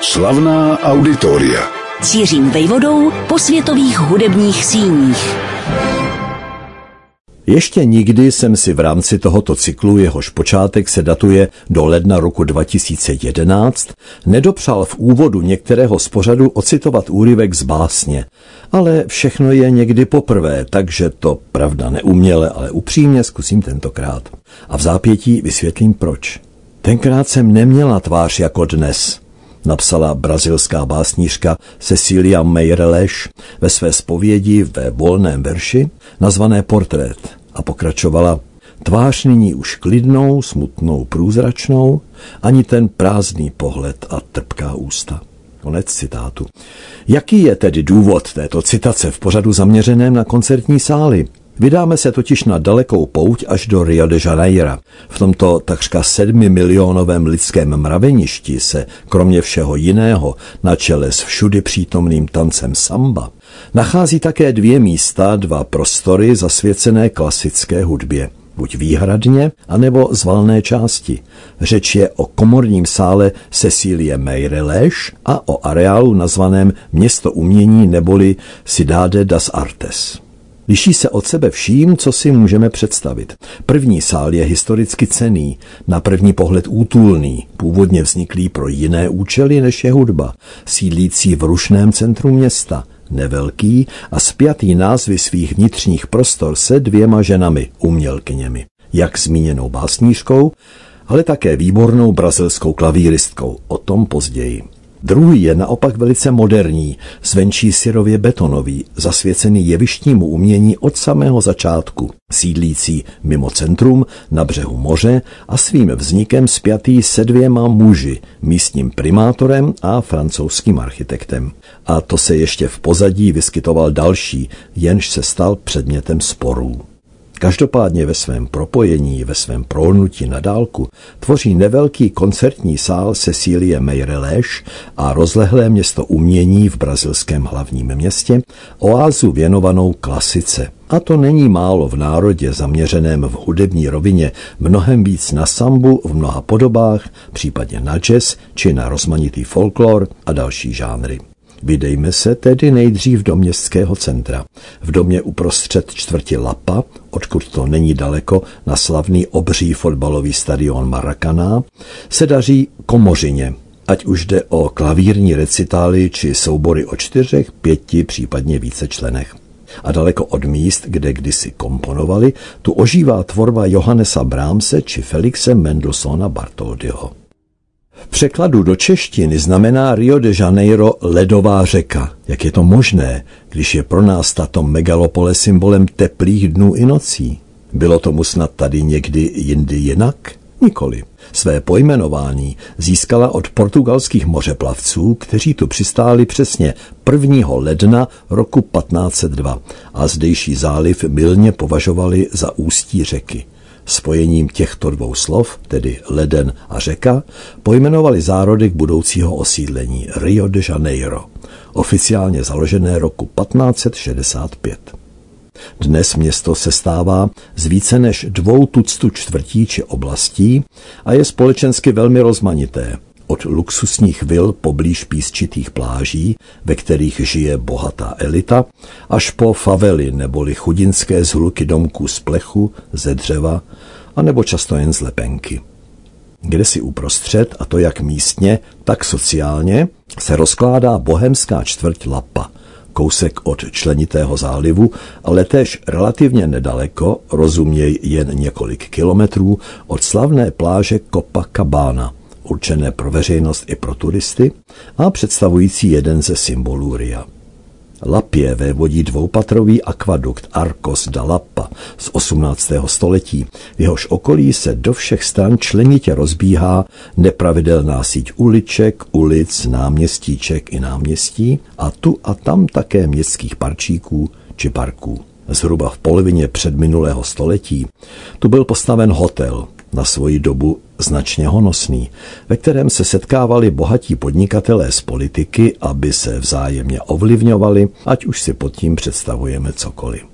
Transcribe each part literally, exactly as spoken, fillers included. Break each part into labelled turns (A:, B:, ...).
A: Slavná auditoria.
B: Cířím vejvodou po světových hudebních síních.
C: Ještě nikdy jsem si v rámci tohoto cyklu, jehož počátek se datuje do ledna roku dva tisíce jedenáct, nedopřál v úvodu některého z pořadu ocitovat úryvek z básně. Ale všechno je někdy poprvé, takže to pravda neuměle, ale upřímně zkusím tentokrát. A v zápětí vysvětlím proč. Tenkrát jsem neměla tvář jako dnes, napsala brazilská básnířka Cecília Meirelles ve své zpovědi ve volném verši nazvané Portrét a pokračovala: tvář nyní už klidnou, smutnou, průzračnou, ani ten prázdný pohled a trpká ústa. Konec citátu. Jaký je tedy důvod této citace v pořadu zaměřeném na koncertní sály? Vydáme se totiž na dalekou pouť až do Rio de Janeiro. V tomto takřka sedmimilionovém lidském mraveništi se, kromě všeho jiného, na čele s všudy přítomným tancem samba, nachází také dvě místa, dva prostory zasvěcené klasické hudbě. Buď výhradně, anebo z valné části. Řeč je o komorním sále Cecílie Meirelles a o areálu nazvaném Město umění neboli Cidade das Artes. Liší se od sebe vším, co si můžeme představit. První sál je historicky cenný, na první pohled útulný, původně vzniklý pro jiné účely než je hudba, sídlící v rušném centru města, nevelký a spjatý názvy svých vnitřních prostor se dvěma ženami, umělkyněmi, jak zmíněnou básnířkou, ale také výbornou brazilskou klavíristkou, o tom později. Druhý je naopak velice moderní, zvenčí syrově betonový, zasvěcený jevištnímu umění od samého začátku, sídlící mimo centrum, na břehu moře a svým vznikem spjatý se dvěma muži, místním primátorem a francouzským architektem. A to se ještě v pozadí vyskytoval další, jenž se stal předmětem sporů. Každopádně ve svém propojení, ve svém prolnutí na dálku tvoří nevelký koncertní sál Cecílie Meirelles a rozlehlé město umění v brazilském hlavním městě oázu věnovanou klasice. A to není málo v národě zaměřeném v hudební rovině, mnohem víc na sambu v mnoha podobách, případně na jazz či na rozmanitý folklor a další žánry. Vydejme se tedy nejdřív do městského centra. V domě uprostřed čtvrti Lapa, odkud to není daleko, na slavný obří fotbalový stadion Maracaná, se daří komořině, ať už jde o klavírní recitály či soubory o čtyřech, pěti, případně více členech. A daleko od míst, kde kdysi komponovali, tu ožívá tvorba Johannesa Brahmse či Felixe Mendelssohna Bartholdyho. V překladu do češtiny znamená Rio de Janeiro ledová řeka. Jak je to možné, když je pro nás tato megalopole symbolem teplých dnů i nocí? Bylo tomu snad tady někdy jindy jinak? Nikoli. Své pojmenování získala od portugalských mořeplavců, kteří tu přistáli přesně prvního ledna roku patnáct set dva a zdejší záliv mylně považovali za ústí řeky. Spojením těchto dvou slov, tedy leden a řeka, pojmenovali zárodek budoucího osídlení Rio de Janeiro, oficiálně založené roku patnáct set šedesát pět. Dnes město sestává z více než dvou tuctu čtvrtí či oblastí a je společensky velmi rozmanité. Od luxusních vil poblíž písčitých pláží, ve kterých žije bohatá elita, až po favely neboli chudinské zhluky domků z plechu, ze dřeva, anebo často jen z lepenky. Kdesi uprostřed, a to jak místně, tak sociálně, se rozkládá bohemská čtvrť Lapa, kousek od členitého zálivu, ale též relativně nedaleko, rozuměj jen několik kilometrů, od slavné pláže Copacabana, určené pro veřejnost i pro turisty a představující jeden ze symbolů Ria. Lapě vévodí dvoupatrový akvadukt Arcos da Lapa z osmnáctého století. V jehož okolí se do všech stran členitě rozbíhá nepravidelná síť uliček, ulic, náměstíček i náměstí a tu a tam také městských parčíků či parků. Zhruba v polovině předminulého století tu byl postaven hotel, na svoji dobu značně honosný, ve kterém se setkávali bohatí podnikatelé z politiky, aby se vzájemně ovlivňovali, ať už si pod tím představujeme cokoliv.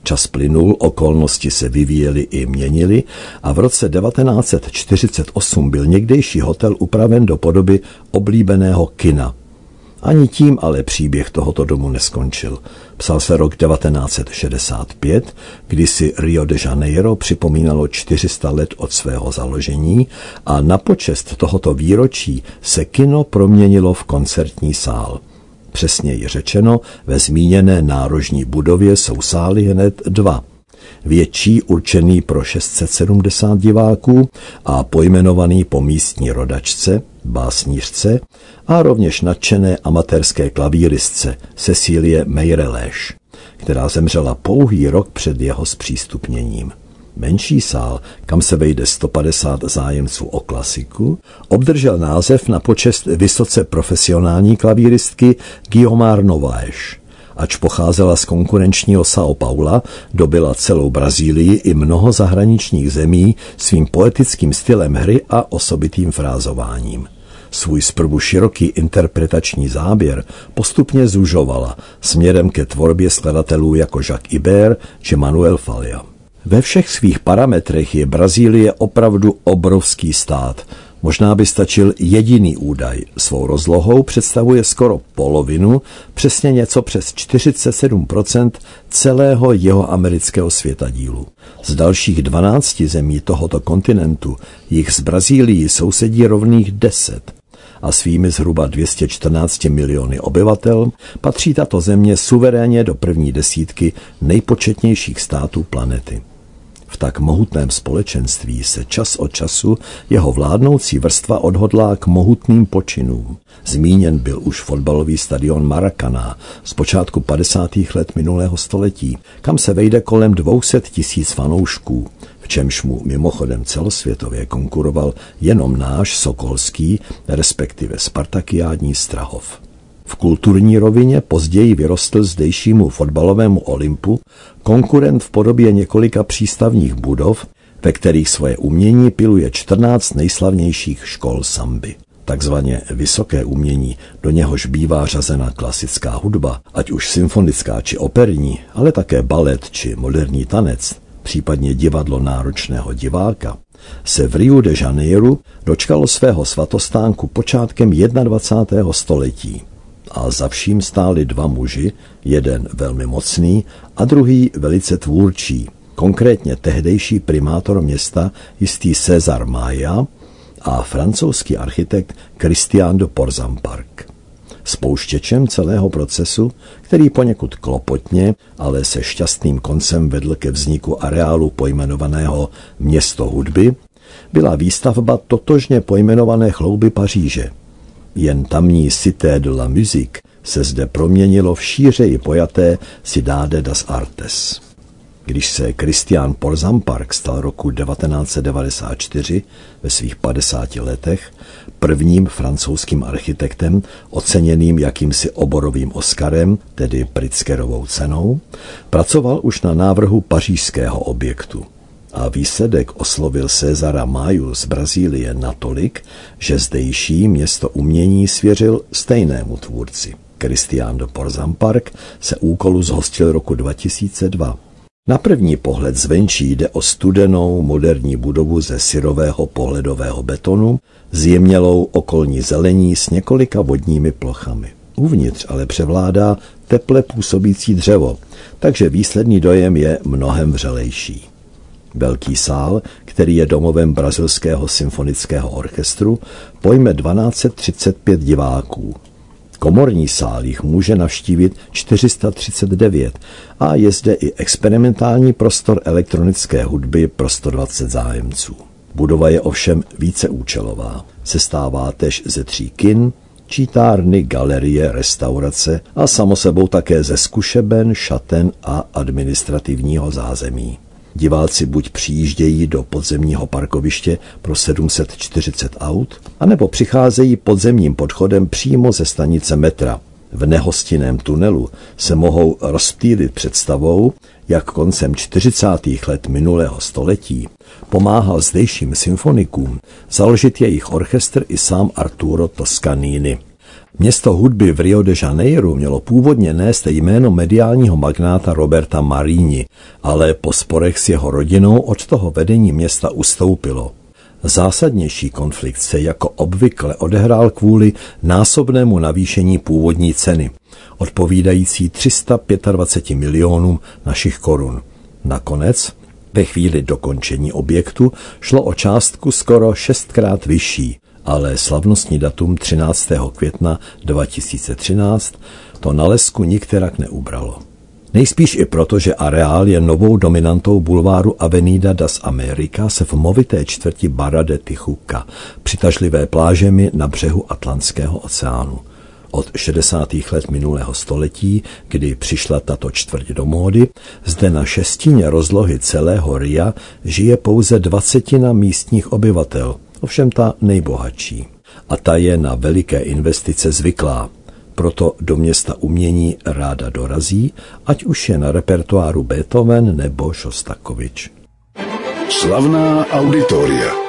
C: Čas plynul, okolnosti se vyvíjely i měnily a v roce devatenáct set čtyřicet osm byl někdejší hotel upraven do podoby oblíbeného kina. Ani tím ale příběh tohoto domu neskončil. Psal se rok devatenáct set šedesát pět, kdy si Rio de Janeiro připomínalo čtyři sta let od svého založení a na počest tohoto výročí se kino proměnilo v koncertní sál. Přesněji řečeno, ve zmíněné nárožní budově jsou sály hned dva. Větší určený pro šest set sedmdesát diváků a pojmenovaný po místní rodačce, básnířce a rovněž nadšené amatérské klavíristce Cecilie Meireleš, která zemřela pouhý rok před jeho zpřístupněním. Menší sál, kam se vejde sto padesát zájemců o klasiku, obdržel název na počest vysoce profesionální klavíristky Guiomar Novaes. Ač pocházela z konkurenčního São Paula, dobyla celou Brazílii i mnoho zahraničních zemí svým poetickým stylem hry a osobitým frázováním. Svůj zprvu široký interpretační záběr postupně zužovala směrem ke tvorbě skladatelů jako Jacques Ibert či Manuel Falla. Ve všech svých parametrech je Brazílie opravdu obrovský stát. Možná by stačil jediný údaj. Svou rozlohou představuje skoro polovinu, přesně něco přes čtyřicet sedm procent celého jihoamerického světadílu. Z dalších dvanácti zemí tohoto kontinentu jich z Brazílii sousedí rovných deset. A svými zhruba dvě stě čtrnáct miliony obyvatel patří tato země suverénně do první desítky nejpočetnějších států planety. V tak mohutném společenství se čas od času jeho vládnoucí vrstva odhodlá k mohutným počinům. Zmíněn byl už fotbalový stadion Maracaná z počátku padesátých let minulého století, kam se vejde kolem dvě stě tisíc fanoušků, v čemž mu mimochodem celosvětově konkuroval jenom náš sokolský, respektive spartakiádní Strahov. V kulturní rovině později vyrostl zdejšímu fotbalovému Olympu konkurent v podobě několika přístavních budov, ve kterých svoje umění piluje čtrnáct nejslavnějších škol samby. Takzvaně vysoké umění, do něhož bývá řazena klasická hudba, ať už symfonická či operní, ale také balet či moderní tanec, případně divadlo náročného diváka, se v Riu de Janeiro dočkalo svého svatostánku počátkem dvacátého prvního století. A za vším stáli dva muži, jeden velmi mocný a druhý velice tvůrčí, konkrétně tehdejší primátor města jistý César Maia a francouzský architekt Christian de Portzamparc. Spouštěčem celého procesu, který poněkud klopotně, ale se šťastným koncem vedl ke vzniku areálu pojmenovaného Město hudby, byla výstavba totožně pojmenované chlouby Paříže. Jen tamní Cité de la Musique se zde proměnilo v šířeji pojaté Cidade das Artes. Když se Christian Portzamparc stal roku devatenáct set devadesát čtyři ve svých padesáti letech prvním francouzským architektem oceněným jakýmsi oborovým Oscarem, tedy Pritzkerovou cenou, pracoval už na návrhu pařížského objektu. A výsledek oslovil Césara Maiu z Brazílie natolik, že zdejší město umění svěřil stejnému tvůrci. Christian de Portzamparc se úkolu zhostil roku dva tisíce dva. Na první pohled zvenčí jde o studenou moderní budovu ze syrového pohledového betonu, zjemnělou okolní zelení s několika vodními plochami. Uvnitř ale převládá teple působící dřevo, takže výsledný dojem je mnohem vřelejší. Velký sál, který je domovem brazilského symfonického orchestru, pojme dvanáct set třicet pět diváků. Komorní sál jich může navštívit čtyři sta třicet devět a je zde i experimentální prostor elektronické hudby pro sto dvacet zájemců. Budova je ovšem víceúčelová. Sestává též ze tří kin, čítárny, galerie, restaurace a samo sebou také ze zkušeben, šaten a administrativního zázemí. Diváci buď přijíždějí do podzemního parkoviště pro sedm set čtyřicet aut, anebo přicházejí podzemním podchodem přímo ze stanice metra. V nehostinném tunelu se mohou rozptýlit představou, jak koncem čtyřicátých let minulého století pomáhal zdejším symfonikům založit jejich orchestr i sám Arturo Toscanini. Město hudby v Rio de Janeiro mělo původně nést jméno mediálního magnáta Roberta Marini, ale po sporech s jeho rodinou od toho vedení města ustoupilo. Zásadnější konflikt se jako obvykle odehrál kvůli násobnému navýšení původní ceny, odpovídající tři sta dvacet pět milionům našich korun. Nakonec, ve chvíli dokončení objektu, šlo o částku skoro šestkrát vyšší, ale slavnostní datum třináctého května dva tisíce třináct to na lesku nikterak neubralo. Nejspíš i proto, že areál je novou dominantou bulváru Avenida das Américas v movité čtvrti Barra de Tijuca, přitažlivé plážemi na břehu Atlantského oceánu. Od šedesátých let minulého století, kdy přišla tato čtvrť do módy, zde na šestině rozlohy celého Ria žije pouze dvacetina místních obyvatel, ovšem ta nejbohatší. A ta je na veliké investice zvyklá. Proto do města umění ráda dorazí, ať už je na repertoáru Beethoven nebo Šostakovič.
A: Slavná auditoria.